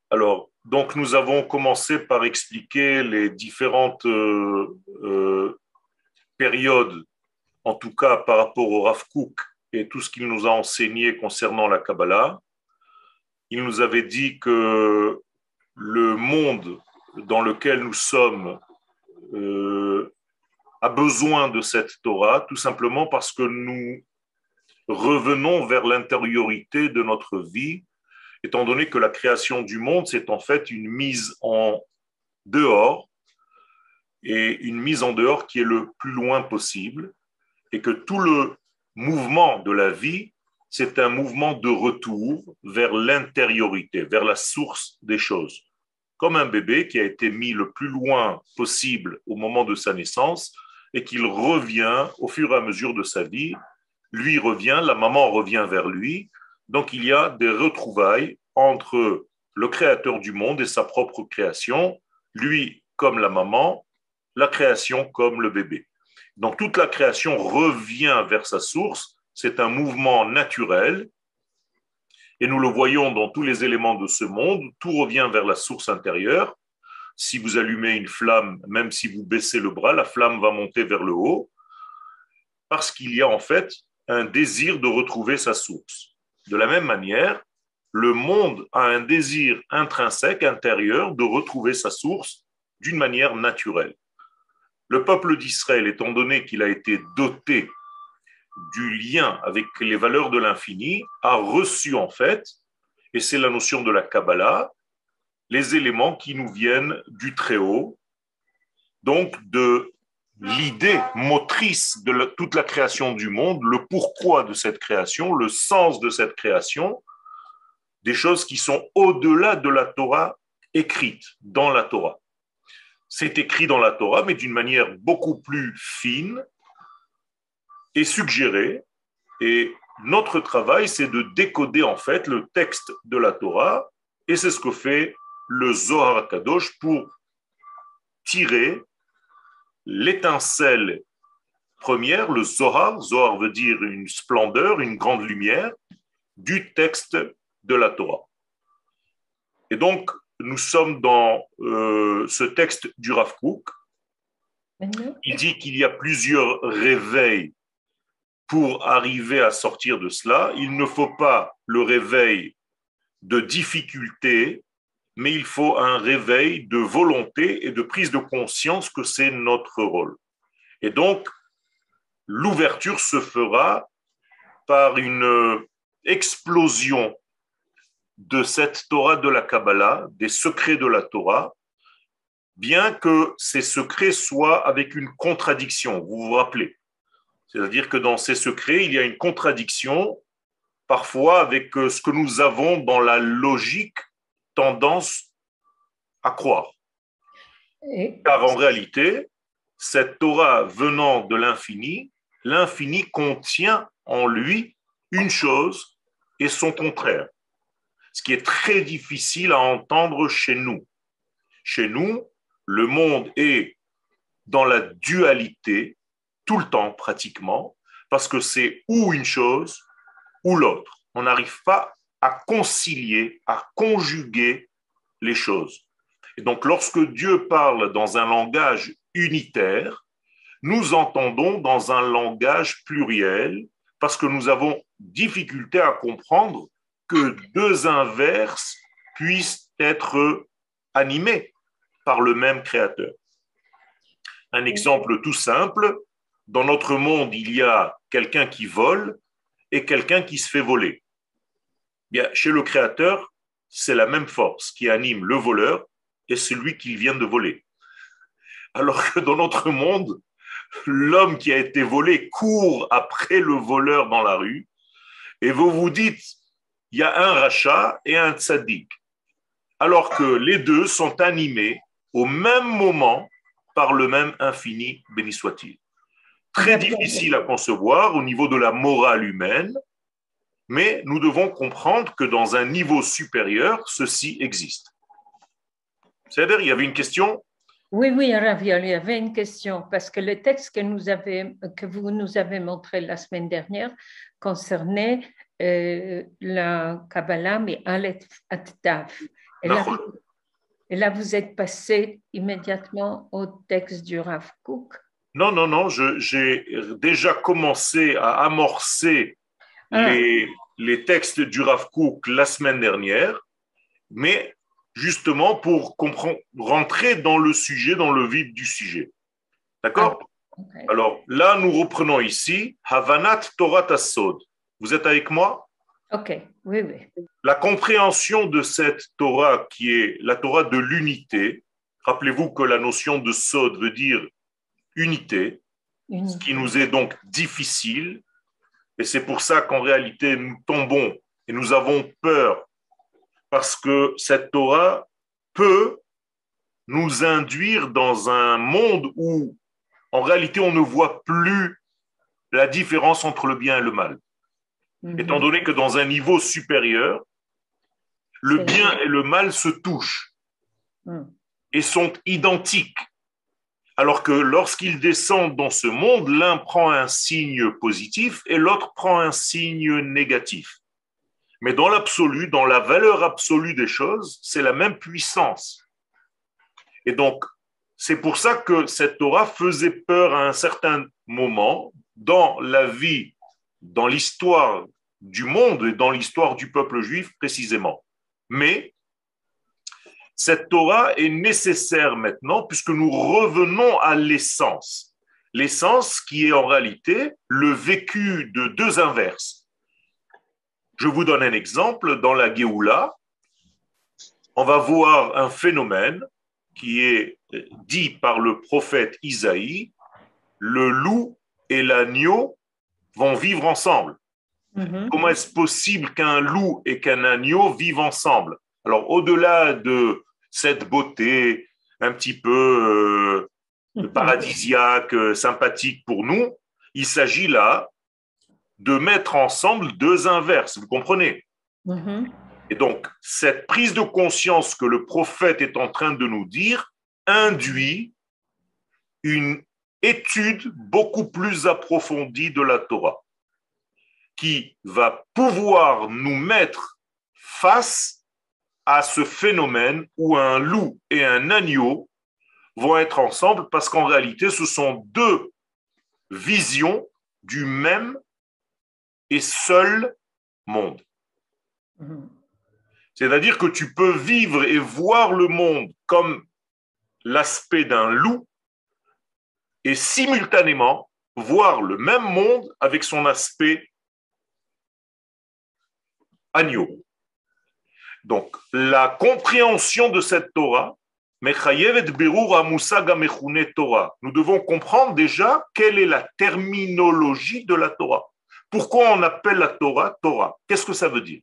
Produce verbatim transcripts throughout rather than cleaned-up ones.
Alors, donc nous avons commencé par expliquer les différentes euh, euh, périodes, en tout cas par rapport au Rav Kook et tout ce qu'il nous a enseigné concernant la Kabbalah. Il nous avait dit que le monde dans lequel nous sommes euh, a besoin de cette Torah, tout simplement parce que nous revenons vers l'intériorité de notre vie, étant donné que la création du monde, c'est en fait une mise en dehors, et une mise en dehors qui est le plus loin possible, et que tout le mouvement de la vie, c'est un mouvement de retour vers l'intériorité, vers la source des choses. Comme un bébé qui a été mis le plus loin possible au moment de sa naissance et qu'il revient au fur et à mesure de sa vie, lui revient, la maman revient vers lui. Donc il y a des retrouvailles entre le créateur du monde et sa propre création, lui comme la maman, la création comme le bébé. Donc toute la création revient vers sa source, c'est un mouvement naturel, et nous le voyons dans tous les éléments de ce monde, tout revient vers la source intérieure. Si vous allumez une flamme, même si vous baissez le bras, la flamme va monter vers le haut, parce qu'il y a en fait un désir de retrouver sa source. De la même manière, le monde a un désir intrinsèque, intérieur, de retrouver sa source d'une manière naturelle. Le peuple d'Israël, étant donné qu'il a été doté du lien avec les valeurs de l'infini, a reçu en fait, et c'est la notion de la Kabbalah, les éléments qui nous viennent du Très-Haut, donc de l'idée motrice de la, toute la création du monde, le pourquoi de cette création, le sens de cette création, des choses qui sont au-delà de la Torah écrite dans la Torah. C'est écrit dans la Torah, mais d'une manière beaucoup plus fine et suggérée. Et notre travail, c'est de décoder en fait le texte de la Torah, et c'est ce que fait le Zohar Kadosh pour tirer l'étincelle première, le Zohar, Zohar veut dire une splendeur, une grande lumière, du texte de la Torah. Et donc, nous sommes dans euh, ce texte du Rav Kook. Il dit qu'il y a plusieurs réveils pour arriver à sortir de cela. Il ne faut pas le réveil de difficulté, mais il faut un réveil de volonté et de prise de conscience que c'est notre rôle. Et donc, l'ouverture se fera par une explosion de cette Torah de la Kabbalah, des secrets de la Torah, bien que ces secrets soient avec une contradiction, vous vous rappelez. C'est-à-dire que dans ces secrets, il y a une contradiction, parfois avec ce que nous avons dans la logique tendance à croire. Et... Car en réalité, cette Torah venant de l'infini, l'infini contient en lui une chose et son contraire, ce qui est très difficile à entendre chez nous. Chez nous, le monde est dans la dualité tout le temps pratiquement, parce que c'est ou une chose ou l'autre. On n'arrive pas à concilier, à conjuguer les choses. Et donc, lorsque Dieu parle dans un langage unitaire, nous entendons dans un langage pluriel, parce que nous avons difficulté à comprendre que deux inverses puissent être animés par le même créateur. Un exemple tout simple, dans notre monde, il y a quelqu'un qui vole et quelqu'un qui se fait voler. Bien, chez le créateur, c'est la même force qui anime le voleur et celui qui vient de voler. Alors que dans notre monde, l'homme qui a été volé court après le voleur dans la rue et vous vous dites, il y a un rachat et un tzaddik. Alors que les deux sont animés au même moment par le même infini, béni soit-il. Très difficile à concevoir au niveau de la morale humaine, mais nous devons comprendre que dans un niveau supérieur, ceci existe. C'est-à-dire, il y avait une question? Oui, oui, Raviol, il y avait une question, parce que le texte que, nous avez, que vous nous avez montré la semaine dernière concernait euh, la Kabbalah, mais Aleph At Tav. Et là, vous, et là, vous êtes passé immédiatement au texte du Rav Kook. Non, non, non, je- j'ai déjà commencé à amorcer Ah, les, les textes du Rav Kook la semaine dernière, mais justement pour comprendre, rentrer dans le sujet, dans le vif du sujet. ah, D'accord? ok. Alors là, nous reprenons ici Havanat Torah Sod. Vous êtes avec moi? Ok, oui, oui. La compréhension de cette Torah qui est la Torah de l'unité. Rappelez-vous que la notion de Sod veut dire unité, ce qui Unité. nous est donc difficile. Et c'est pour ça qu'en réalité, nous tombons et nous avons peur parce que cette Torah peut nous induire dans un monde où, en réalité, on ne voit plus la différence entre le bien et le mal. Étant Mhm. donné que dans un niveau supérieur, le C'est- bien et le mal se touchent Hmm. et sont identiques. Alors que lorsqu'ils descendent dans ce monde, l'un prend un signe positif et l'autre prend un signe négatif. Mais dans l'absolu, dans la valeur absolue des choses, c'est la même puissance. Et donc, c'est pour ça que cette Torah faisait peur à un certain moment dans la vie, dans l'histoire du monde et dans l'histoire du peuple juif précisément. Mais cette Torah est nécessaire maintenant puisque nous revenons à l'essence. L'essence qui est en réalité le vécu de deux inverses. Je vous donne un exemple. Dans la Géoula, on va voir un phénomène qui est dit par le prophète Isaïe, le loup et l'agneau vont vivre ensemble. Mhm. Comment est-ce possible qu'un loup et qu'un agneau vivent ensemble? Alors, au-delà de cette beauté un petit peu euh, paradisiaque, euh, sympathique pour nous, il s'agit là de mettre ensemble deux inverses, vous comprenez? Mhm. Et donc, cette prise de conscience que le prophète est en train de nous dire induit une étude beaucoup plus approfondie de la Torah, qui va pouvoir nous mettre face à ce phénomène où un loup et un agneau vont être ensemble parce qu'en réalité, ce sont deux visions du même et seul monde. Mhm. C'est-à-dire que tu peux vivre et voir le monde comme l'aspect d'un loup et simultanément voir le même monde avec son aspect agneau. Donc, la compréhension de cette Torah, nous devons comprendre déjà quelle est la terminologie de la Torah. Pourquoi on appelle la Torah Torah? Qu'est-ce que ça veut dire?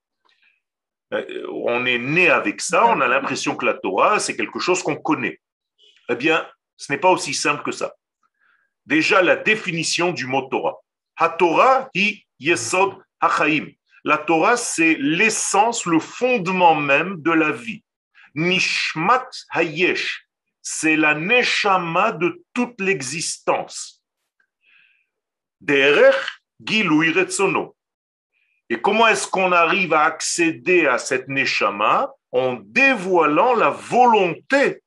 On est né avec ça, on a l'impression que la Torah, c'est quelque chose qu'on connaît. Eh bien, ce n'est pas aussi simple que ça. Déjà, la définition du mot Torah. Ha-Torah hi yesod ha-chaim. La Torah, c'est l'essence, le fondement même de la vie. Nishmat hayesh, c'est la neshama de toute l'existence. Derech gilui retsono. Et comment est-ce qu'on arrive à accéder à cette neshama? En dévoilant la volonté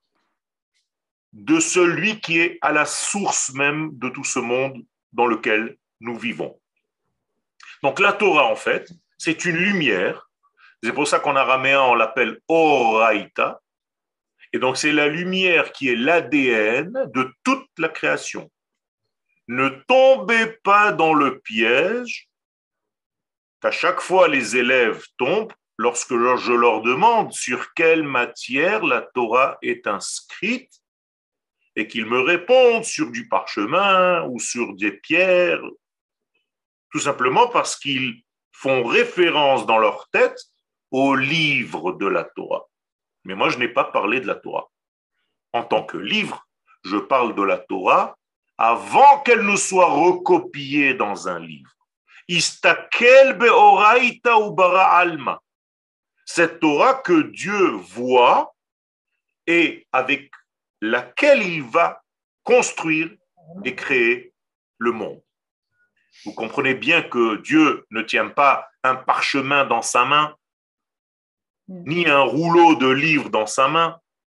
de celui qui est à la source même de tout ce monde dans lequel nous vivons. Donc la Torah, en fait, c'est une lumière. C'est pour ça qu'en araméen, on l'appelle Oraïta. Et donc, c'est la lumière qui est l'A D N de toute la création. Ne tombez pas dans le piège qu'à chaque fois les élèves tombent lorsque je leur demande sur quelle matière la Torah est inscrite et qu'ils me répondent sur du parchemin ou sur des pierres, tout simplement parce qu'ils font référence dans leur tête au livre de la Torah. Mais moi, je n'ai pas parlé de la Torah. En tant que livre, je parle de la Torah avant qu'elle ne soit recopiée dans un livre. Istakel be'oraita ou bara alma. Cette Torah que Dieu voit et avec laquelle il va construire et créer le monde. Vous comprenez bien que Dieu ne tient pas un parchemin dans sa main ni un rouleau de livres dans sa main.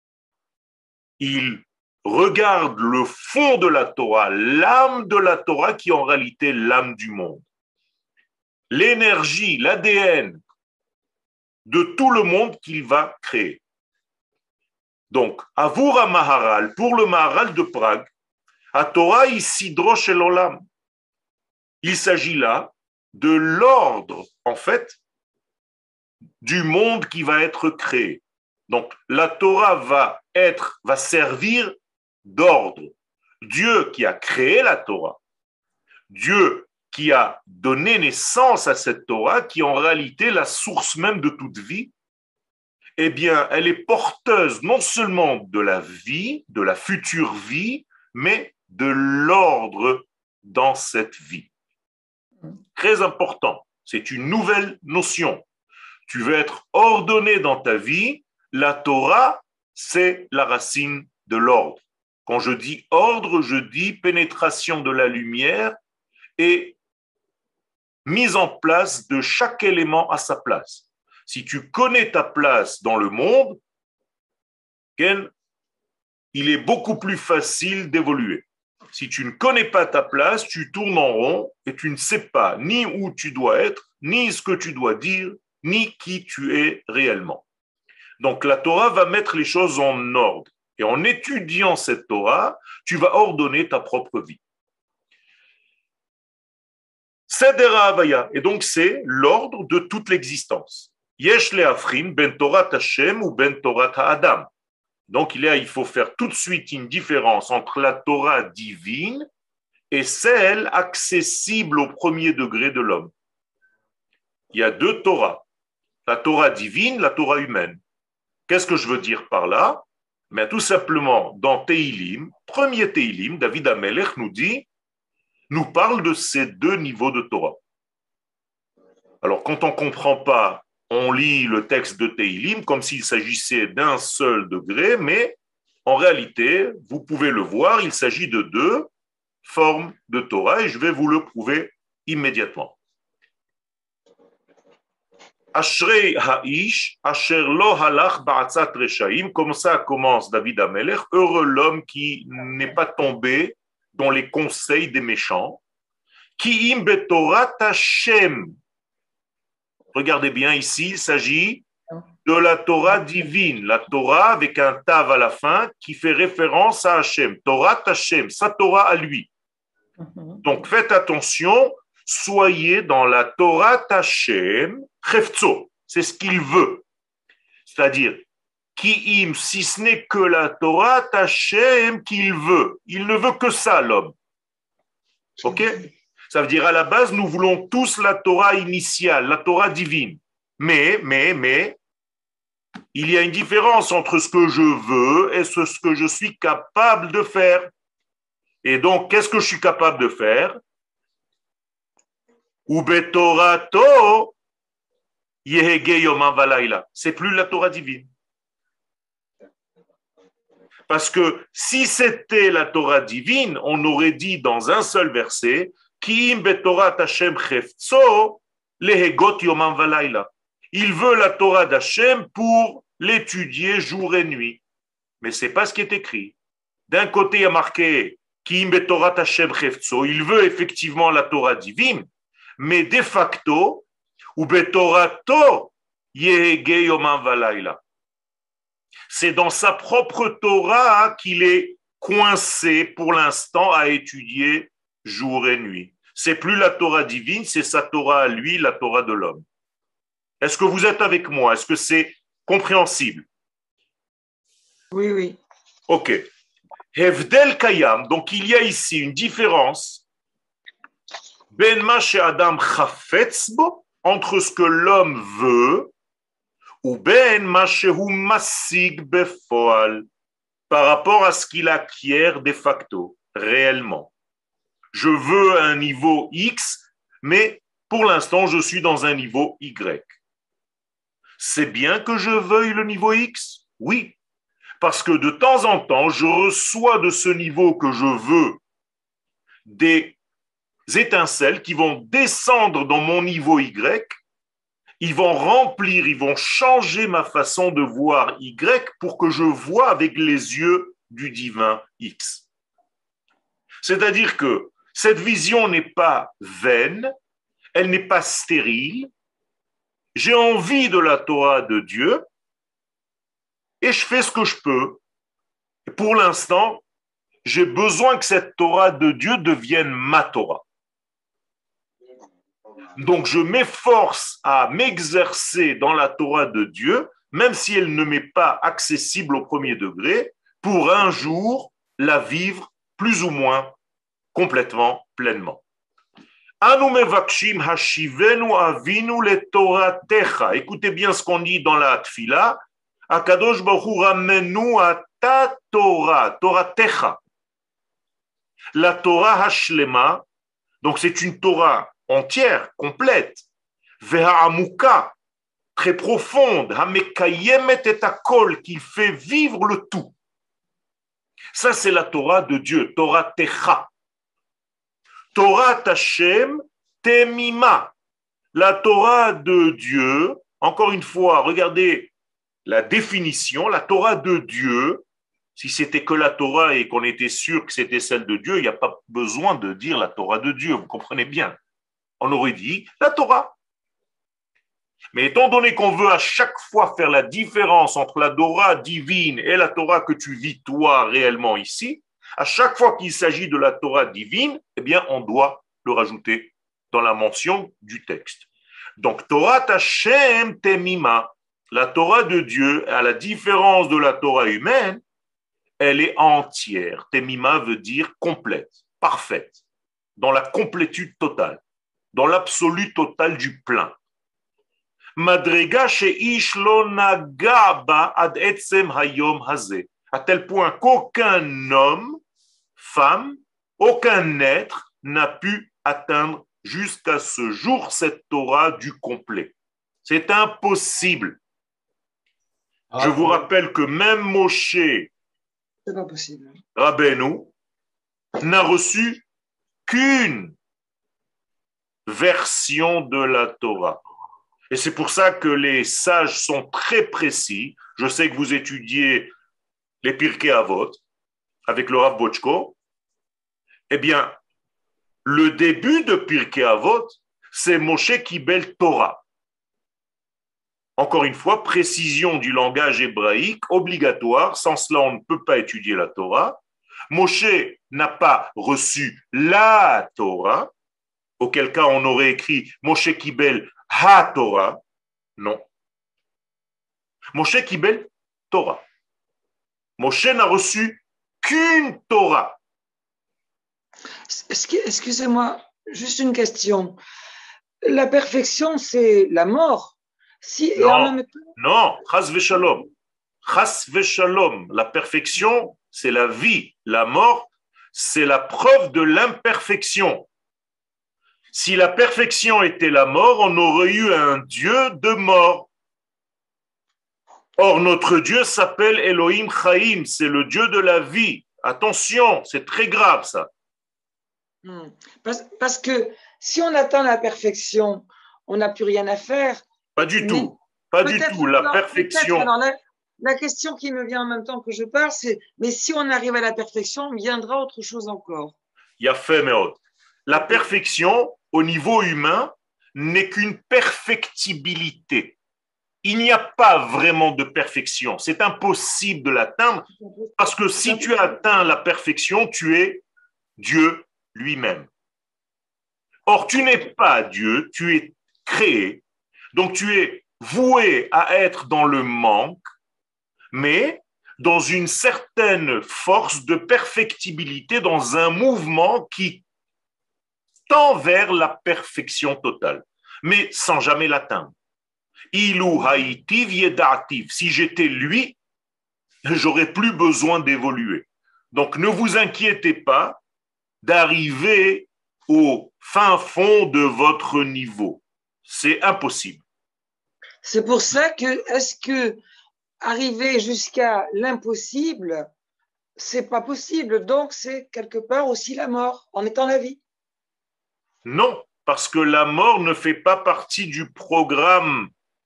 Il regarde le fond de la Torah, l'âme de la Torah qui est en réalité l'âme du monde. L'énergie, l'A D N de tout le monde qu'il va créer. Donc, Avura Maharal, pour le Maharal de Prague, à Torah Isidro Shel Olam. Il s'agit là de l'ordre, en fait, du monde qui va être créé. Donc, la Torah va être, va servir d'ordre. Dieu qui a créé la Torah, Dieu qui a donné naissance à cette Torah, qui est en réalité la source même de toute vie, eh bien, elle est porteuse non seulement de la vie, de la future vie, mais de l'ordre dans cette vie. Très important, c'est une nouvelle notion. Tu veux être ordonné dans ta vie, la Torah, c'est la racine de l'ordre. Quand je dis ordre, je dis pénétration de la lumière et mise en place de chaque élément à sa place. Si tu connais ta place dans le monde, Ken, il est beaucoup plus facile d'évoluer. Si tu ne connais pas ta place, tu tournes en rond et tu ne sais pas ni où tu dois être, ni ce que tu dois dire, ni qui tu es réellement. Donc la Torah va mettre les choses en ordre. Et en étudiant cette Torah, tu vas ordonner ta propre vie. Sedera Havaya. Et donc c'est l'ordre de toute l'existence. Yesh le'afrin ben Torah Hashem ou ben Torah Adam. Donc il, y a, il faut faire tout de suite une différence entre la Torah divine et celle accessible au premier degré de l'homme. Il y a deux Torahs, la Torah divine, la Torah humaine. Qu'est-ce que je veux dire par là? Mais tout simplement, dans Teilim, premier Teilim, David Amelech nous dit, nous parle de ces deux niveaux de Torah. Alors quand on ne comprend pas, on lit le texte de Teilim comme s'il s'agissait d'un seul degré, mais en réalité, vous pouvez le voir, il s'agit de deux formes de Torah et je vais vous le prouver immédiatement. Ashrei ha'ish asher lo halach ba'atzat reshaim, comme ça commence David Amelech, heureux l'homme qui n'est pas tombé dans les conseils des méchants, ki im betorat Hashem. Regardez bien ici, il s'agit de la Torah divine, la Torah avec un tav à la fin qui fait référence à Hashem, Torah Hashem, sa Torah à lui. Donc faites attention, soyez dans la Torah Hashem, chefzo, c'est ce qu'il veut. C'est-à-dire, ki im, si ce n'est que la Torah Hashem qu'il veut. Il ne veut que ça, l'homme. Ok? Ça veut dire, à la base, nous voulons tous la Torah initiale, la Torah divine. Mais, mais, mais, il y a une différence entre ce que je veux et ce que je suis capable de faire. Et donc, qu'est-ce que je suis capable de faire? Ubetorato yehege yomam valayla. C'est plus la Torah divine. Parce que si c'était la Torah divine, on aurait dit dans un seul verset, Ki im betorat Hashem chefzo lehegot yomam valayla. Il veut la Torah d'Hashem pour l'étudier jour et nuit. Mais ce n'est pas ce qui est écrit. D'un côté, il y a marqué Ki im betorat Hashem chefzo. Il veut effectivement la Torah divine, mais de facto, ou betorato yehege yomam valayla. C'est dans sa propre Torah qu'il est coincé pour l'instant à étudier jour et nuit. C'est plus la Torah divine, c'est sa Torah à lui, la Torah de l'homme. Est-ce que vous êtes avec moi? Est-ce que c'est compréhensible? Oui, oui. Ok. Hevdel kayam, donc il y a ici une différence ben ma she'adam chafetz bo, entre ce que l'homme veut ou ben ma she'hu masig befoal, par rapport à ce qu'il acquiert de facto, réellement. Je veux un niveau X, mais pour l'instant, je suis dans un niveau Y. C'est bien que je veuille le niveau X? Oui, parce que de temps en temps, je reçois de ce niveau que je veux des étincelles qui vont descendre dans mon niveau Y ils vont remplir, ils vont changer ma façon de voir Y pour que je vois avec les yeux du divin X. C'est-à-dire que cette vision n'est pas vaine, elle n'est pas stérile. J'ai envie de la Torah de Dieu et je fais ce que je peux. Et pour l'instant, j'ai besoin que cette Torah de Dieu devienne ma Torah. Donc, je m'efforce à m'exercer dans la Torah de Dieu, même si elle ne m'est pas accessible au premier degré, pour un jour la vivre plus ou moins complètement, pleinement. Écoutez bien ce qu'on dit dans la Tfila. Akadosh Baruch Hu ramenu à ta Torah, Torah Techa. La Torah Hashlema, donc c'est une Torah entière, complète, Ve'ha'amuka, très profonde, Hamekayemet et Akol, qui fait vivre le tout. Ça, c'est la Torah de Dieu, Torah Techa. Torah Hashem Temima, la Torah de Dieu, encore une fois, regardez la définition, la Torah de Dieu, si c'était que la Torah et qu'on était sûr que c'était celle de Dieu, il n'y a pas besoin de dire la Torah de Dieu, vous comprenez bien. On aurait dit la Torah. Mais étant donné qu'on veut à chaque fois faire la différence entre la Torah divine et la Torah que tu vis toi réellement ici, à chaque fois qu'il s'agit de la Torah divine, eh bien, on doit le rajouter dans la mention du texte. Donc, Torah Hashem Temima, la Torah de Dieu, à la différence de la Torah humaine, elle est entière. Temima veut dire complète, parfaite, dans la complétude totale, dans l'absolu total du plein. Madrega sheish lo naga ba ad etzem hayom hazeh, à tel point qu'aucun homme, femme, aucun être n'a pu atteindre jusqu'à ce jour cette Torah du complet. C'est impossible. Ah, Je vous rappelle que même Moshe c'est pas possible. Rabbeinu n'a reçu qu'une version de la Torah. Et c'est pour ça que les sages sont très précis. Je sais que vous étudiez les Pirkei Avot avec le Rav Bochko. Eh bien, le début de Pirkei Avot, c'est Moshe Kibel Torah. Encore une fois, précision du langage hébraïque obligatoire. Sans cela, on ne peut pas étudier la Torah. Moshe n'a pas reçu la Torah, auquel cas on aurait écrit Moshe Kibel Ha-Torah. Non. Moshe Kibel Torah. Moshe n'a reçu qu'une Torah. Excusez-moi, juste une question. La perfection, c'est la mort. Si, non, et en même temps... non, chas v'shalom. Chas v'shalom. La perfection, c'est la vie. La mort, c'est la preuve de l'imperfection. Si la perfection était la mort, on aurait eu un Dieu de mort. Or, notre Dieu s'appelle Elohim Chaim, c'est le Dieu de la vie. Attention, c'est très grave ça. Parce, parce que si on atteint la perfection, on n'a plus rien à faire. Pas du tout, pas du tout. La non, perfection. Alors, la, la question qui me vient en même temps que je parle, c'est mais si on arrive à la perfection, viendra autre chose encore. Il y a fait, mais autre. La perfection, au niveau humain, n'est qu'une perfectibilité. Il n'y a pas vraiment de perfection. C'est impossible de l'atteindre parce que si tu atteins la perfection, tu es Dieu lui-même. Or, tu n'es pas Dieu, tu es créé. Donc, tu es voué à être dans le manque, mais dans une certaine force de perfectibilité, dans un mouvement qui tend vers la perfection totale, mais sans jamais l'atteindre. Ilou haïtiv yedativ. Si j'étais lui, j'aurais plus besoin d'évoluer. Donc, ne vous inquiétez pas d'arriver au fin fond de votre niveau. C'est impossible. C'est pour ça que, est-ce que arriver jusqu'à l'impossible, c'est pas possible. Donc, c'est quelque part aussi la mort, en étant la vie. Non, parce que la mort ne fait pas partie du programme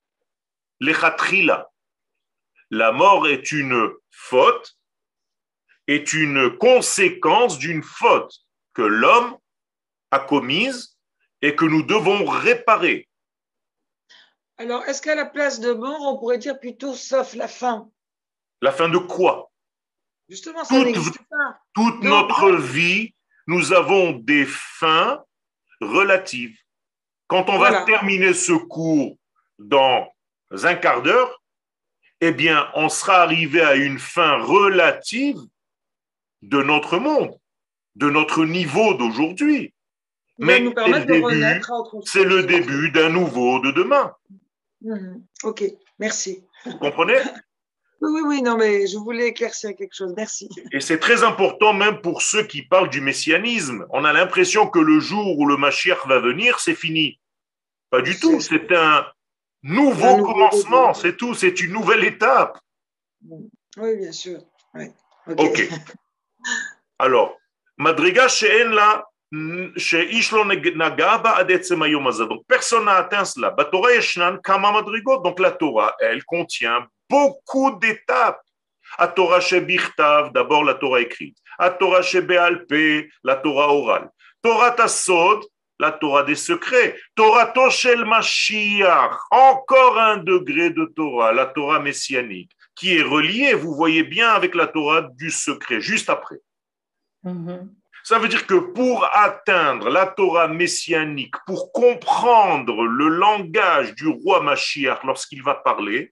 Lechatrila. La mort est une faute, est une conséquence d'une faute que l'homme a commise et que nous devons réparer. Alors, est-ce qu'à la place de mort, on pourrait dire plutôt sauf la fin? La fin de quoi? Justement, ça n'existe pas. Toute Non, notre non. vie, nous avons des fins relatives. Quand on Voilà. va terminer ce cours dans un quart d'heure, eh bien, on sera arrivé à une fin relative de notre monde, de notre niveau d'aujourd'hui. Il va Mais nous c'est le permettre de début, renaître à autre chose. c'est le début d'un nouveau de demain. Mhm. Ok, merci. Vous comprenez? Oui, oui, oui, non, mais je voulais éclaircir quelque chose. Merci. Et c'est très important même pour ceux qui parlent du messianisme. On a l'impression que le jour où le Mashiach va venir, c'est fini. Pas du tout. C'est- C'est un nouveau Un nouveau commencement, début. c'est tout. C'est une nouvelle étape. Oui, bien sûr. Oui. Ok. Ok. Alors, Madriga she'en la she'ish lo naga ba ad etzem hayom hazeh. Donc, personne n'a atteint cela. Batorah yeshnan kama madrigot. Donc, la Torah, elle contient beaucoup d'étapes. A Torah shebichtav, d'abord la Torah écrite. A Torah shebe'alpe, la Torah orale. Torah tasod, la Torah des secrets. Torah toshel Mashiach, encore un degré de Torah, la Torah messianique, qui est reliée, vous voyez bien, avec la Torah du secret, juste après. Mhm. Ça veut dire que pour atteindre la Torah messianique, pour comprendre le langage du roi Mashiach lorsqu'il va parler,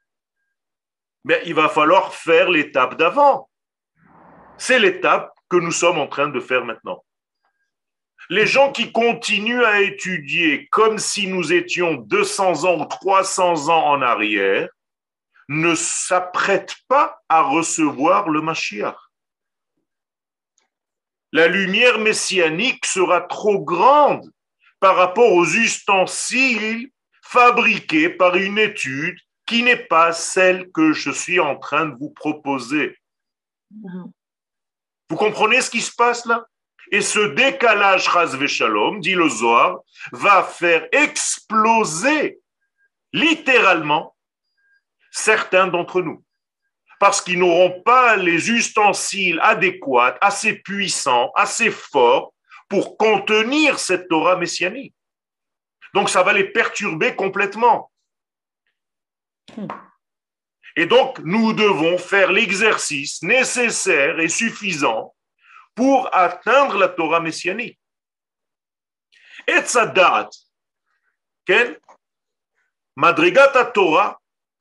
ben, il va falloir faire l'étape d'avant. C'est l'étape que nous sommes en train de faire maintenant. Les gens qui continuent à étudier comme si nous étions deux cents ans ou trois cents ans en arrière ne s'apprêtent pas à recevoir le Mashiach. La lumière messianique sera trop grande par rapport aux ustensiles fabriqués par une étude qui n'est pas celle que je suis en train de vous proposer. Vous comprenez ce qui se passe là? Et ce décalage, Chas Veshalom, dit le Zohar, va faire exploser littéralement certains d'entre nous. Parce qu'ils n'auront pas les ustensiles adéquats, assez puissants, assez forts pour contenir cette Torah messianique. Donc ça va les perturber complètement. Et donc nous devons faire l'exercice nécessaire et suffisant pour atteindre la Torah messianique. Et Tzadat, quel Madrigat Torah,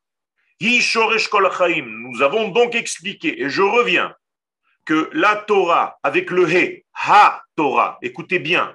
nous avons donc expliqué, et je reviens, que la Torah, avec le He, Ha-Torah, écoutez bien,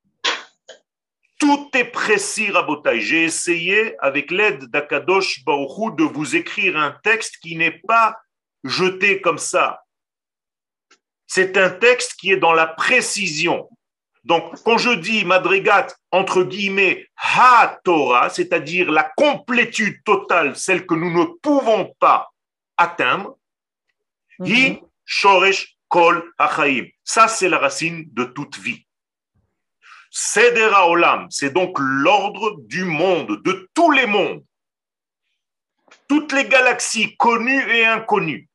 tout est précis, Rabotai. J'ai essayé, avec l'aide d'Akadosh Baruch Hu, de vous écrire un texte qui n'est pas jeté comme ça. C'est un texte qui est dans la précision. Donc, quand je dis Madrigat, entre guillemets, Ha-Torah, c'est-à-dire la complétude totale, celle que nous ne pouvons pas atteindre, Hi Mhm. Shoresh Kol Hachaim. Ça, c'est la racine de toute vie. Seder HaOlam, c'est donc l'ordre du monde, de tous les mondes. Toutes les galaxies connues et inconnues.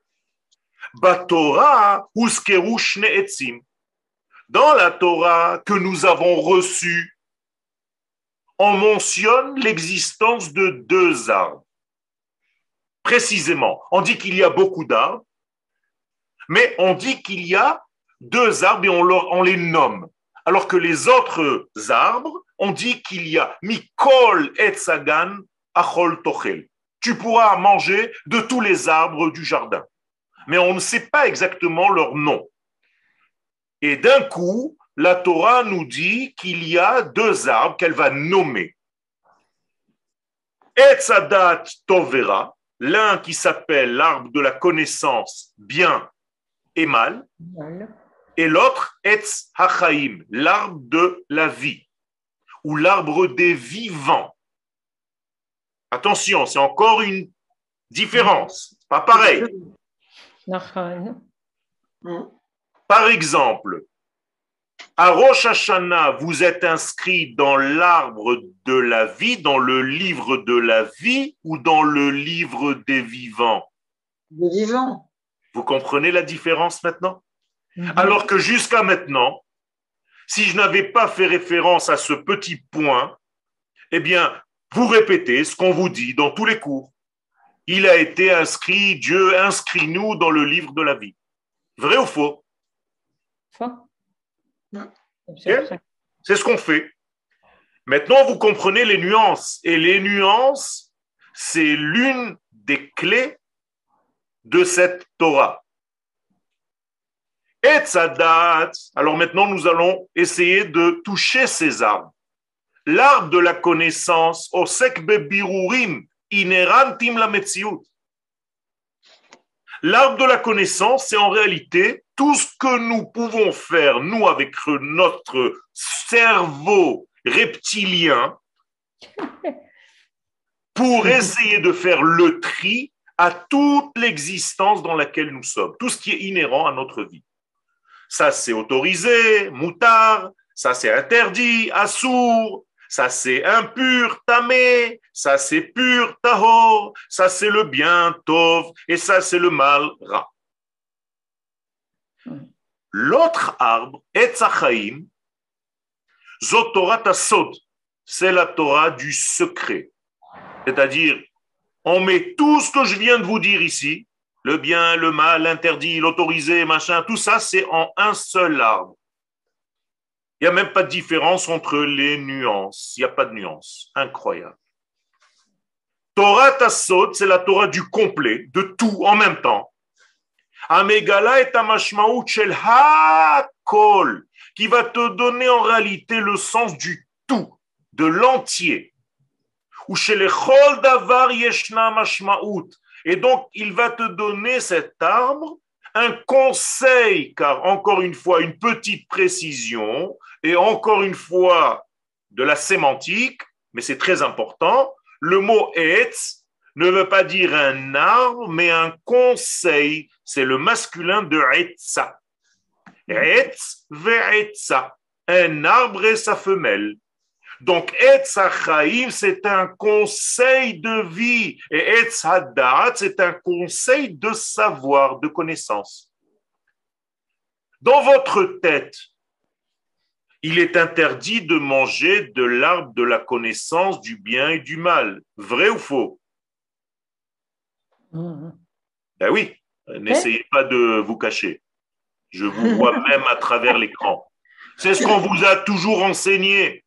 Batorah Uskeru Shne Etzim. Dans la Torah que nous avons reçue, on mentionne l'existence de deux arbres. Précisément, on dit qu'il y a beaucoup d'arbres, mais on dit qu'il y a deux arbres et on, leur, on les nomme. Alors que les autres arbres, on dit qu'il y a Mikol Etzagan Achol Tochel. Tu pourras manger de tous les arbres du jardin. Mais on ne sait pas exactement leur nom. Et d'un coup, la Torah nous dit qu'il y a deux arbres qu'elle va nommer. Etzadat Tovera, l'un qui s'appelle l'arbre de la connaissance bien et mal, Voilà. et l'autre Etz Hachaim, l'arbre de la vie, ou l'arbre des vivants. Attention, c'est encore une différence, pas pareil. Nachon. Par exemple, À Rosh Hashanah, vous êtes inscrit dans l'arbre de la vie, dans le livre de la vie ou dans le livre des vivants? Des vivants. Vous comprenez la différence maintenant? Mhm. Alors que jusqu'à maintenant, si je n'avais pas fait référence à ce petit point, eh bien, vous répétez ce qu'on vous dit dans tous les cours. Il a été inscrit, Dieu inscrit-nous dans le livre de la vie. Vrai ou faux? Faux. Okay? C'est ce qu'on fait. Maintenant, vous comprenez les nuances. Et les nuances, c'est l'une des clés de cette Torah. Et Tzadat, alors maintenant, nous allons essayer de toucher ces arbres. L'arbre de la connaissance, Osek bebirurim, inerantim la metziut. L'arbre de la connaissance, c'est en réalité tout ce que nous pouvons faire, nous, avec notre cerveau reptilien, pour essayer de faire le tri à toute l'existence dans laquelle nous sommes, tout ce qui est inhérent à notre vie. Ça, c'est autorisé, moutard, ça, c'est interdit, assour, ça, c'est impur, tamé, ça, c'est pur, tahor, ça, c'est le bien, tov, et ça, c'est le mal, ra. L'autre arbre, Etz Hachaim, Zot Torah Tasod, c'est la Torah du secret. C'est-à-dire, on met tout ce que je viens de vous dire ici, le bien, le mal, l'interdit, l'autorisé, machin, tout ça, c'est en un seul arbre. Il n'y a même pas de différence entre les nuances. Il n'y a pas de nuance. Incroyable. Torah Tassod, c'est la Torah du complet, de tout en même temps. Amegala et Amashmaout shel hakol, qui va te donner en réalité le sens du tout, de l'entier. Ou chez les chol davar yeshna mashmaout. Et donc, il va te donner cet arbre un conseil, car encore une fois, une petite précision, et encore une fois, de la sémantique, mais c'est très important. Le mot etz ne veut pas dire un arbre, mais un conseil. C'est le masculin de etza. Etz ve'etza. Un arbre et sa femelle. Donc, Etz Hachaim, c'est un conseil de vie. Et Etz Hadat, c'est un conseil de savoir, de connaissance. Dans votre tête, il est interdit de manger de l'arbre de la connaissance du bien et du mal. Vrai ou faux? Mmh. Ben oui, n'essayez pas de vous cacher. Je vous vois même à travers l'écran. C'est ce qu'on vous a toujours enseigné.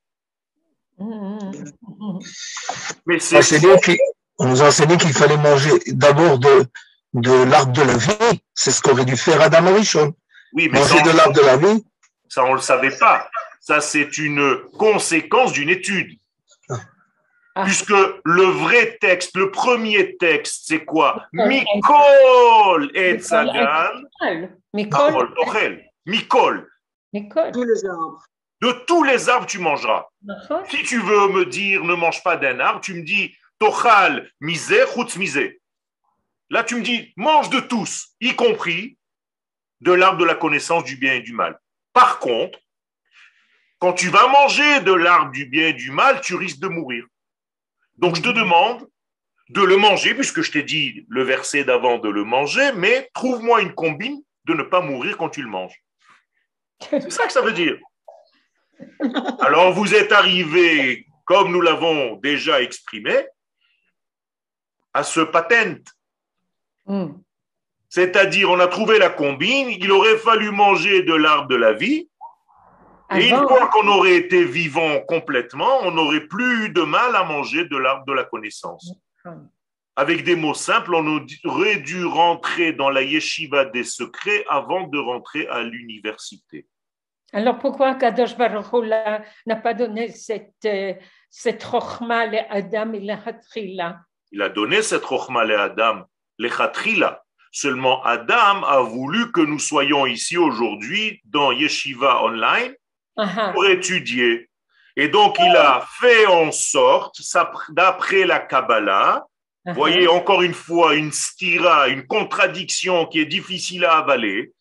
Mais c'est... On nous a enseigné qu'il fallait manger d'abord de, de l'arbre de la vie. C'est ce qu'aurait dû faire Adam Arishon. Oui, mais manger ça, de l'arbre de la vie. Ça, on ne le savait pas. Ça, c'est une conséquence d'une étude. Ah. Puisque le vrai texte, le premier texte, c'est quoi? Mikol et Tzagan. Mikol Ochel. Mikol. Tous les arbres. De tous les arbres, tu mangeras. Si tu veux me dire ne mange pas d'un arbre, tu me dis Tochal misé, chutz misé. Là, tu me dis mange de tous, y compris de l'arbre de la connaissance du bien et du mal. Par contre, quand tu vas manger de l'arbre du bien et du mal, tu risques de mourir. Donc, je te demande de le manger, puisque je t'ai dit le verset d'avant de le manger, mais trouve-moi une combine de ne pas mourir quand tu le manges. C'est ça que ça veut dire. Alors, vous êtes arrivé, comme nous l'avons déjà exprimé, à ce patent. Mm. C'est-à-dire, on a trouvé la combine, il aurait fallu manger de l'arbre de la vie, et une fois qu'on aurait été vivant complètement, on n'aurait plus eu de mal à manger de l'arbre de la connaissance. Avec des mots simples, on aurait dû rentrer dans la yeshiva des secrets avant de rentrer à l'université. Alors pourquoi Kadosh Baruch Hu n'a pas donné cette, cette chokhma le Adam et le Hatrila? Il a donné cette chokhma le Adam, le Hatrila. Seulement Adam a voulu que nous soyons ici aujourd'hui dans Yeshiva Online uh-huh. pour étudier. Et donc il a fait en sorte, d'après la Kabbalah, vous uh-huh. voyez encore une fois une stira, une contradiction qui est difficile à avaler,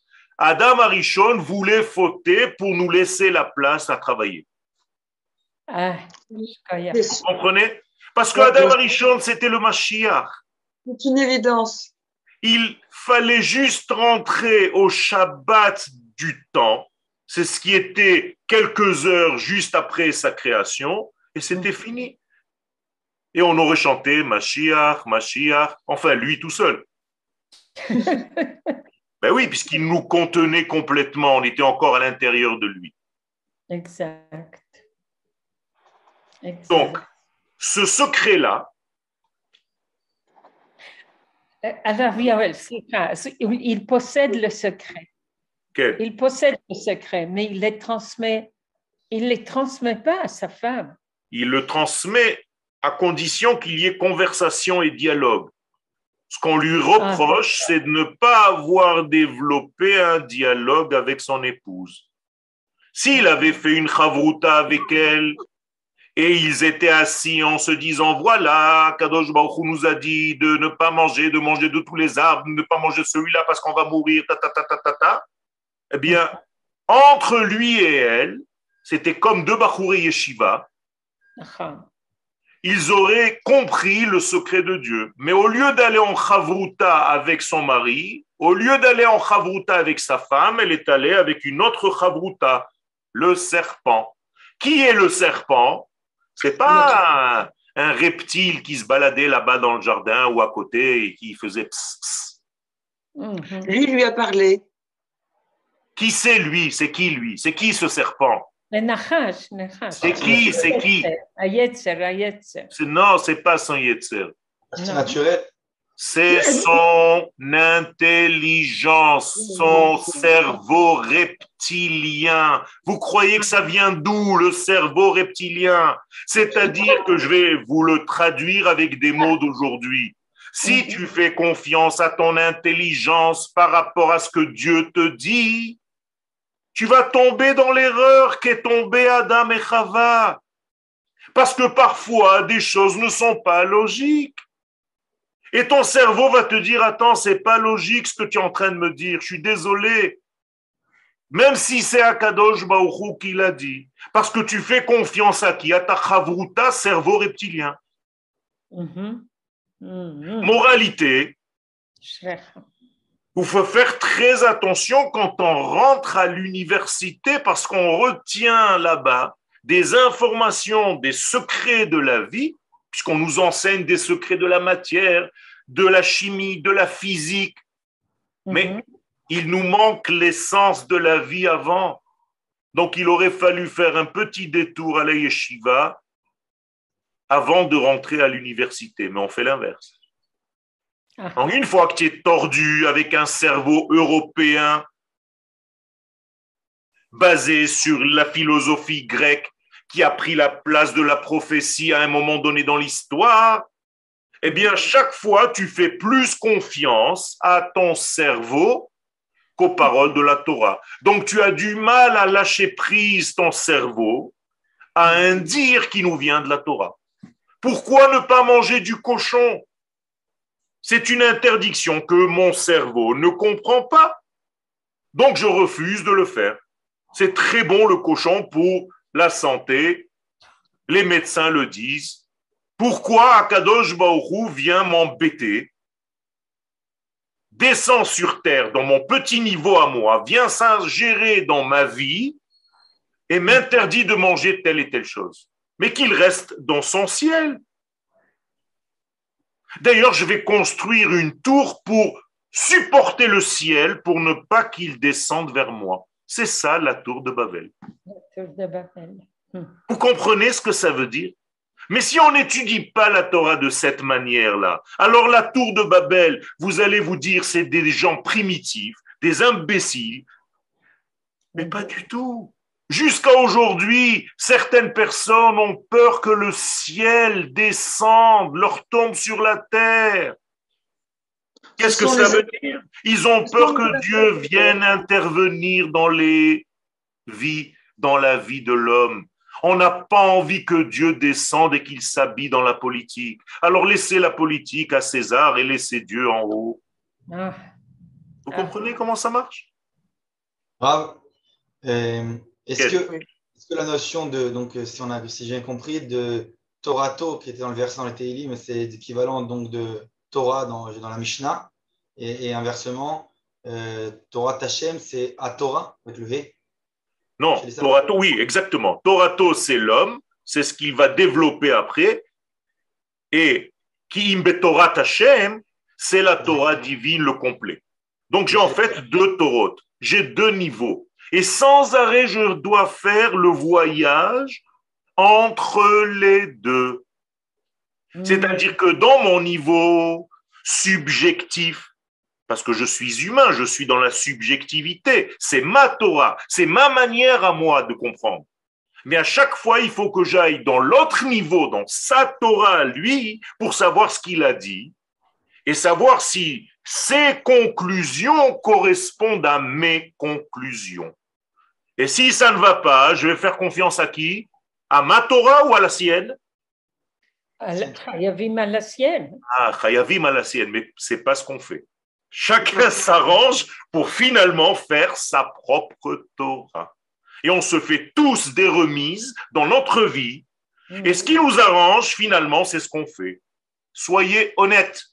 Adam Arishon voulait fauter pour nous laisser la place à travailler. Ah, Vous comprenez? Parce que Adam Arishon, c'était le Mashiach. C'est une évidence. Il fallait juste rentrer au Shabbat du temps. C'est ce qui était quelques heures juste après sa création, et c'était fini. Et on aurait chanté Mashiach, Mashiach, enfin lui tout seul. Ben oui, puisqu'il nous contenait complètement, on était encore à l'intérieur de lui. Exact. Exact. Donc, ce secret-là, alors, il possède le secret. quel? Il possède le secret, mais il les transmet, il les transmet pas à sa femme. Il le transmet à condition qu'il y ait conversation et dialogue. Ce qu'on lui reproche, ah. c'est de ne pas avoir développé un dialogue avec son épouse. S'il avait fait une chavruta avec elle, et ils étaient assis en se disant, voilà, Kadosh Baruch Hu nous a dit de ne pas manger, de manger de tous les arbres, de ne pas manger celui-là parce qu'on va mourir, ta, ta, ta, ta, ta, ta. Eh bien, entre lui et elle, c'était comme deux Bachouré Yeshiva, ils auraient compris le secret de Dieu. Mais au lieu d'aller en chavruta avec son mari, au lieu d'aller en chavruta avec sa femme, elle est allée avec une autre chavruta, le serpent. Qui est le serpent? C'est pas un, un reptile qui se baladait là-bas dans le jardin ou à côté et qui faisait pss, pss. Mm-hmm. Lui, lui a parlé. Qui c'est lui? C'est qui lui? C'est qui ce serpent? Le Nachash, Nachash. C'est qui? C'est qui? Ayetzer, Ayetzer. Non, c'est pas son Yetzer. C'est naturel. C'est son intelligence, son cerveau reptilien. Vous croyez que ça vient d'où, le cerveau reptilien? C'est-à-dire que je vais vous le traduire avec des mots d'aujourd'hui. Si tu fais confiance à ton intelligence par rapport à ce que Dieu te dit, tu vas tomber dans l'erreur qu'est tombé Adam et Chava. Parce que parfois, des choses ne sont pas logiques. Et ton cerveau va te dire, attends, c'est pas logique ce que tu es en train de me dire, je suis désolé. Même si c'est Akadosh Baruch Hu qui l'a dit. Parce que tu fais confiance à qui? À ta chavruta, cerveau reptilien. Mm-hmm. Mm-hmm. Moralité, il faut faire très attention quand on rentre à l'université parce qu'on retient là-bas des informations, des secrets de la vie, puisqu'on nous enseigne des secrets de la matière, de la chimie, de la physique. Mais mm-hmm. il nous manque l'essence de la vie avant. Donc, il aurait fallu faire un petit détour à la yeshiva avant de rentrer à l'université. Mais on fait l'inverse. Ah. Donc, une fois que tu es tordu avec un cerveau européen basé sur la philosophie grecque, qui a pris la place de la prophétie à un moment donné dans l'histoire, eh bien, chaque fois, tu fais plus confiance à ton cerveau qu'aux paroles de la Torah. Donc, tu as du mal à lâcher prise ton cerveau à un dire qui nous vient de la Torah. Pourquoi ne pas manger du cochon? C'est une interdiction que mon cerveau ne comprend pas. Donc, je refuse de le faire. C'est très bon le cochon pour la santé, les médecins le disent. Pourquoi Akadosh Baruch Hu vient m'embêter, descend sur terre dans mon petit niveau à moi, vient s'ingérer dans ma vie et m'interdit de manger telle et telle chose, mais qu'il reste dans son ciel. D'ailleurs, je vais construire une tour pour supporter le ciel pour ne pas qu'il descende vers moi. C'est ça la tour de Babel. La tour de Babel. Hmm. Vous comprenez ce que ça veut dire? Mais si on n'étudie pas la Torah de cette manière-là, alors la tour de Babel, vous allez vous dire c'est des gens primitifs, des imbéciles. Mais pas du tout. Jusqu'à aujourd'hui, certaines personnes ont peur que le ciel descende, leur tombe sur la terre. Qu'est-ce que ça veut dire? Ils ont peur que Dieu vienne intervenir dans les vies, dans la vie de l'homme. On n'a pas envie que Dieu descende et qu'il s'habille dans la politique. Alors laissez la politique à César et laissez Dieu en haut. Ah. Vous comprenez comment ça marche? Rav, euh, est-ce Quel- que, est-ce que la notion de, donc, euh, si on a, si j'ai bien compris, de Torato, qui était dans le verset dans les Tehillim, c'est équivalent donc de Torah dans, dans la Mishnah, et, et inversement, euh, Torah Tachem, c'est à Torah, avec le V. Chez Non, les Samaritains. Torato, oui, exactement. Torato, c'est l'homme, c'est ce qu'il va développer après. Et Ki im betorat Hashem, c'est la Torah divine, le complet. Donc j'ai en fait deux Torot, j'ai deux niveaux. Et sans arrêt, je dois faire le voyage entre les deux. C'est-à-dire que dans mon niveau subjectif, parce que je suis humain, je suis dans la subjectivité, c'est ma Torah, c'est ma manière à moi de comprendre. Mais à chaque fois, il faut que j'aille dans l'autre niveau, dans sa Torah à lui, pour savoir ce qu'il a dit et savoir si ses conclusions correspondent à mes conclusions. Et si ça ne va pas, je vais faire confiance à qui? À ma Torah ou à la sienne? Chayavim à la sienne. Ah, Chayavim à la sienne, mais c'est pas ce qu'on fait. Chacun s'arrange pour finalement faire sa propre Torah. Et on se fait tous des remises dans notre vie. Et ce qui nous arrange, finalement, c'est ce qu'on fait. Soyez honnêtes.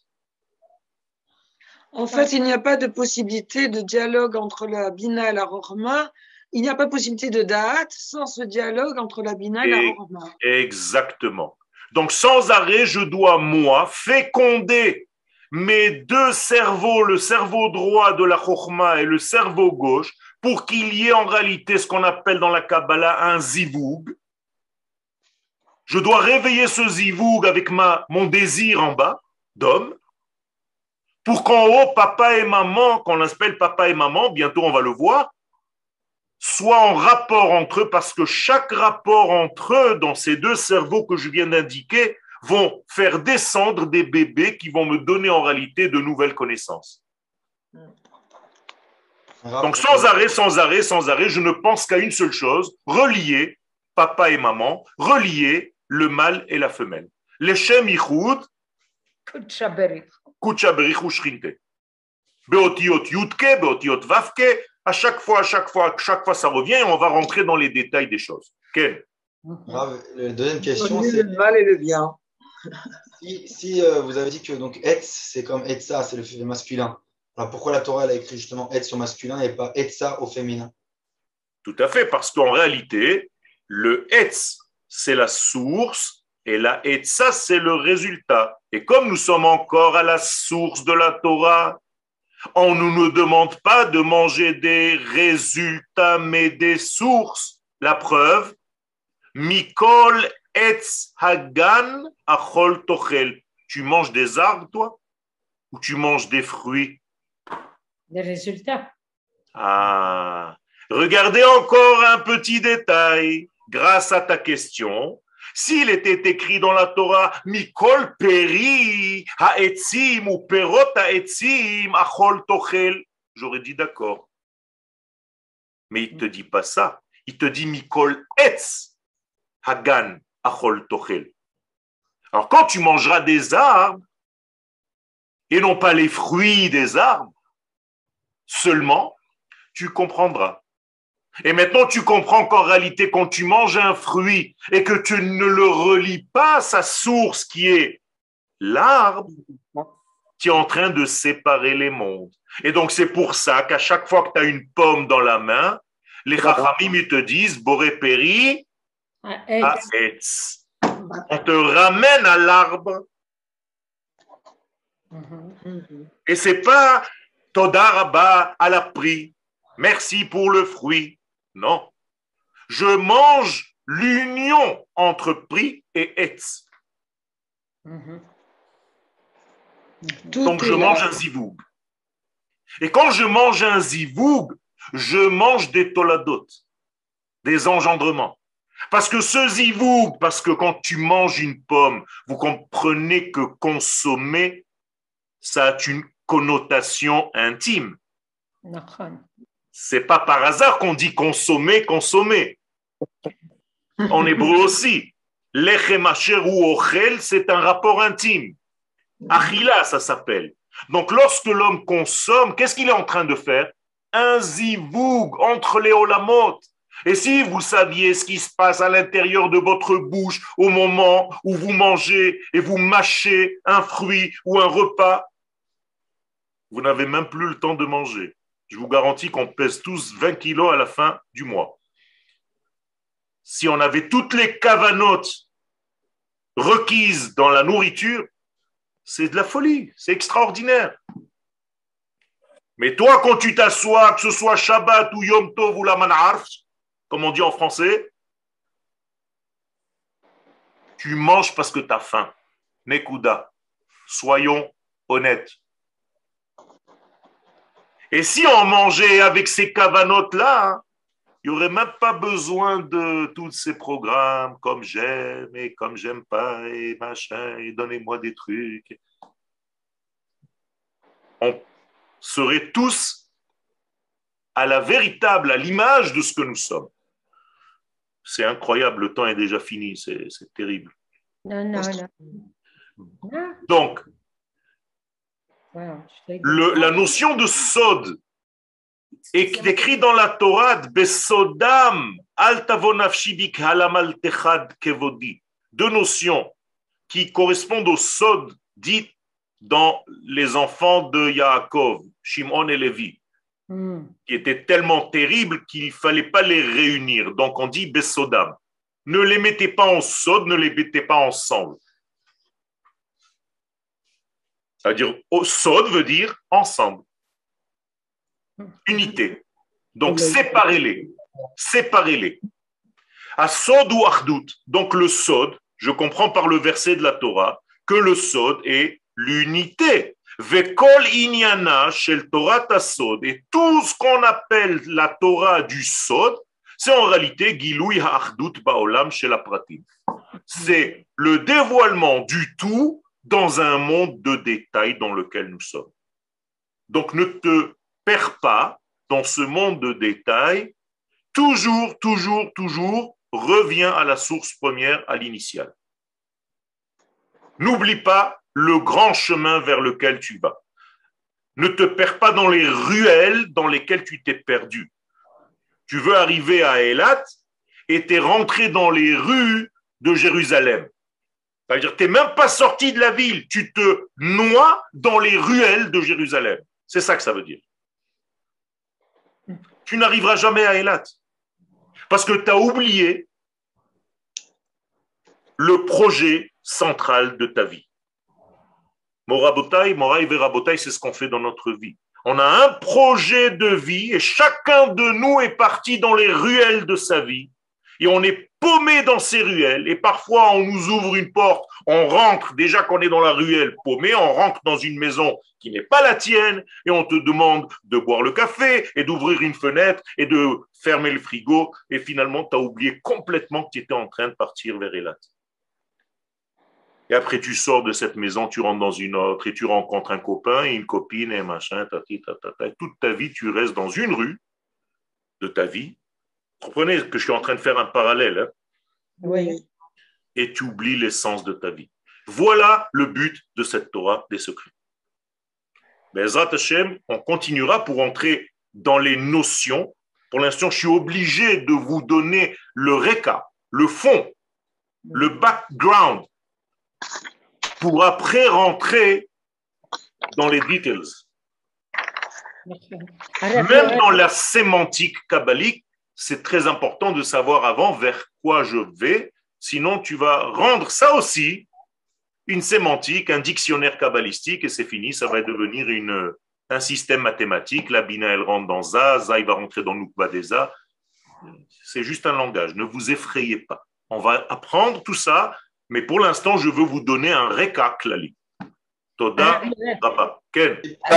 En fait, il n'y a pas de possibilité de dialogue entre la Bina et la Rochma. Il n'y a pas de possibilité de Da'at sans ce dialogue entre la Bina et, et la Rochma. Exactement. Donc, sans arrêt, je dois, moi, féconder mes deux cerveaux, le cerveau droit de la Chokhma et le cerveau gauche, pour qu'il y ait en réalité ce qu'on appelle dans la Kabbalah un zivoug. Je dois réveiller ce zivoug avec ma, mon désir en bas, d'homme, pour qu'en haut, papa et maman, qu'on appelle papa et maman, bientôt on va le voir, soient en rapport entre eux, parce que chaque rapport entre eux, dans ces deux cerveaux que je viens d'indiquer, vont faire descendre des bébés qui vont me donner en réalité de nouvelles connaissances. Donc sans arrêt, sans arrêt, sans arrêt, je ne pense qu'à une seule chose, relier papa et maman, relier le mâle et la femelle. Leshem yichud, kutchaberich ou shrinte. Beotiot yutke, beotiot vavke, à chaque fois, à chaque fois, à chaque fois ça revient et on va rentrer dans les détails des choses. Ken? Grave. La deuxième question, c'est le mal et le bien. Si, si euh, vous avez dit que donc Etz, c'est comme Etza, c'est le fait masculin. Alors pourquoi la Torah elle a écrit justement Etz au masculin et pas Etza au féminin? Tout à fait, parce qu'en réalité, le Etz, c'est la source et la Etza, c'est le résultat. Et comme nous sommes encore à la source de la Torah, on ne nous demande pas de manger des résultats, mais des sources. La preuve, Mikol Etz Hagan Achol Tochel. Tu manges des arbres, toi? Ou tu manges des fruits? Des résultats. Ah, regardez encore un petit détail. Grâce à ta question, s'il était écrit dans la Torah, Mikol Peri Haetzim ou Perot Haetzim Achol Tochel, j'aurais dit d'accord. Mais il ne te dit pas ça. Il te dit Mikol Etz Hagan Achol Tochel. Alors quand tu mangeras des arbres, et non pas les fruits des arbres, seulement, tu comprendras. Et maintenant, tu comprends qu'en réalité, quand tu manges un fruit et que tu ne le relis pas à sa source qui est l'arbre, tu es en train de séparer les mondes. Et donc, c'est pour ça qu'à chaque fois que tu as une pomme dans la main, les Chachamim ils te disent Boré Péri à Etz. On te ramène à l'arbre. Et c'est pas Toda Rabba à la prix. Merci pour le fruit. Non. Je mange l'union entre prix et etz. Donc je mange un zivoug. Et quand je mange un zivoug, je mange des toladot, des engendrements. Parce que ce zivoug, parce que quand tu manges une pomme, vous comprenez que consommer, ça a une connotation intime. C'est pas par hasard qu'on dit consommer, consommer. En hébreu aussi. Lechem asher ou ochel, c'est un rapport intime. Achila, ça s'appelle. Donc lorsque l'homme consomme, qu'est-ce qu'il est en train de faire? un zivoug entre les olamot. Et si vous saviez ce qui se passe à l'intérieur de votre bouche au moment où vous mangez et vous mâchez un fruit ou un repas, vous n'avez même plus le temps de manger. Je vous garantis qu'on pèse tous vingt kilos à la fin du mois. Si on avait toutes les cavanotes requises dans la nourriture, c'est de la folie, c'est extraordinaire. Mais toi, quand tu t'assois, que ce soit Shabbat ou Yom Tov ou la Man'arf, comme on dit en français, tu manges parce que tu as faim. Nekuda. Soyons honnêtes. Et si on mangeait avec ces cavanotes-là, hein, il n'y aurait même pas besoin de tous ces programmes comme j'aime et comme j'aime pas et machin, et donnez-moi des trucs. On serait tous à la véritable, à l'image de ce que nous sommes. C'est incroyable, le temps est déjà fini, c'est, c'est terrible. Non, non, non. Donc, le, la notion de sod est décrite dans la Torah, besodam al tavonafshi bikhalam al techad kevodi. Deux notions qui correspondent au sod dit dans les enfants de Yaakov, Shimon et Lévi. Mm. Qui étaient tellement terribles qu'il ne fallait pas les réunir. Donc on dit besodam. Ne les mettez pas en sod, ne les mettez pas ensemble. C'est-à-dire, sod veut dire ensemble. Unité. Donc séparez-les. Séparez-les. À sod ou achdout. Donc le sod, je comprends par le verset de la Torah que le sod est l'unité. Vekol inyana shel Torah tasod, et tout ce qu'on appelle la Torah du sod, c'est en réalité giloui ha'achdut ba'olam shel apratim. C'est le dévoilement du tout dans un monde de détails dans lequel nous sommes. Donc ne te perds pas dans ce monde de détails. Toujours, toujours, toujours, reviens à la source première, à l'initiale. N'oublie pas le grand chemin vers lequel tu vas. Ne te perds pas dans les ruelles dans lesquelles tu t'es perdu. Tu veux arriver à Eilat et tu es rentré dans les rues de Jérusalem. C'est-à-dire que tu n'es même pas sorti de la ville, tu te noies dans les ruelles de Jérusalem. C'est ça que ça veut dire. Tu n'arriveras jamais à Eilat parce que tu as oublié le projet central de ta vie. Morabotai, Moraï Verabotai, c'est ce qu'on fait dans notre vie. On a un projet de vie et chacun de nous est parti dans les ruelles de sa vie et on est paumé dans ces ruelles et parfois on nous ouvre une porte, on rentre, déjà qu'on est dans la ruelle paumé, on rentre dans une maison qui n'est pas la tienne et on te demande de boire le café et d'ouvrir une fenêtre et de fermer le frigo et finalement tu as oublié complètement que tu étais en train de partir vers Eilat. Et après, tu sors de cette maison, tu rentres dans une autre et tu rencontres un copain et une copine et machin, tati, tata. Et toute ta vie, tu restes dans une rue de ta vie. Vous comprenez que je suis en train de faire un parallèle. Hein? Oui. Et tu oublies l'essence de ta vie. Voilà le but de cette Torah des secrets. Be'ezrat Hashem, on continuera pour entrer dans les notions. Pour l'instant, je suis obligé de vous donner le réca, le fond, le background, pour après rentrer dans les details. Même dans la sémantique kabbalique, c'est très important de savoir avant vers quoi je vais, sinon tu vas rendre ça aussi une sémantique, un dictionnaire kabbalistique et c'est fini, ça va devenir une, un système mathématique. La Bina, elle rentre dans Za, Za, il va rentrer dans Nukba des Za. C'est juste un langage, ne vous effrayez pas. On va apprendre tout ça. Mais pour l'instant, je veux vous donner un réca klali. Toda Rabba. Ken.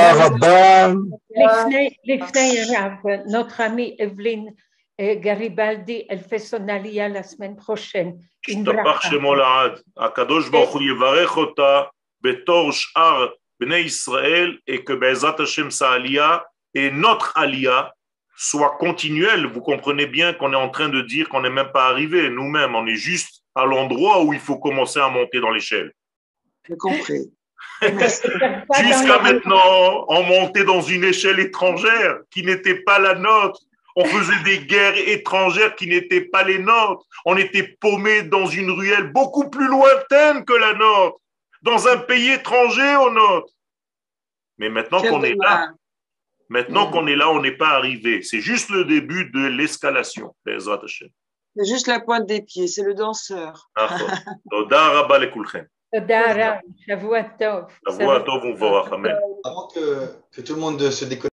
Notre amie Evelyne Garibaldi, elle fait son aliyah la semaine prochaine. Shtapach shemo la'ad. Akadosh Baruch Hu yevarech ota betor sh'ar bnei Israël et que Be'ezrat Hashem sa aliyah et notre aliyah soit continuelle. Vous comprenez bien qu'on est en train de dire qu'on n'est même pas arrivé nous-mêmes. On est juste à l'endroit où il faut commencer à monter dans l'échelle. J'ai compris. Jusqu'à maintenant, on montait dans une échelle étrangère qui n'était pas la nôtre. On faisait des guerres étrangères qui n'étaient pas les nôtres. On était paumés dans une ruelle beaucoup plus lointaine que la nôtre, dans un pays étranger au nôtre. Mais maintenant Quel qu'on est là, dommage. maintenant Mm. qu'on est là, on n'est pas arrivé. C'est juste le début de l'escalation. Be'ezrat Hashem. C'est juste la pointe des pieds, c'est le danseur. נכון. תודה רבה לכולכם. תודה רב, שבוע טוב. שבוע טוב ומבורך, אמן. Avant que, que tout le monde se déconnecte,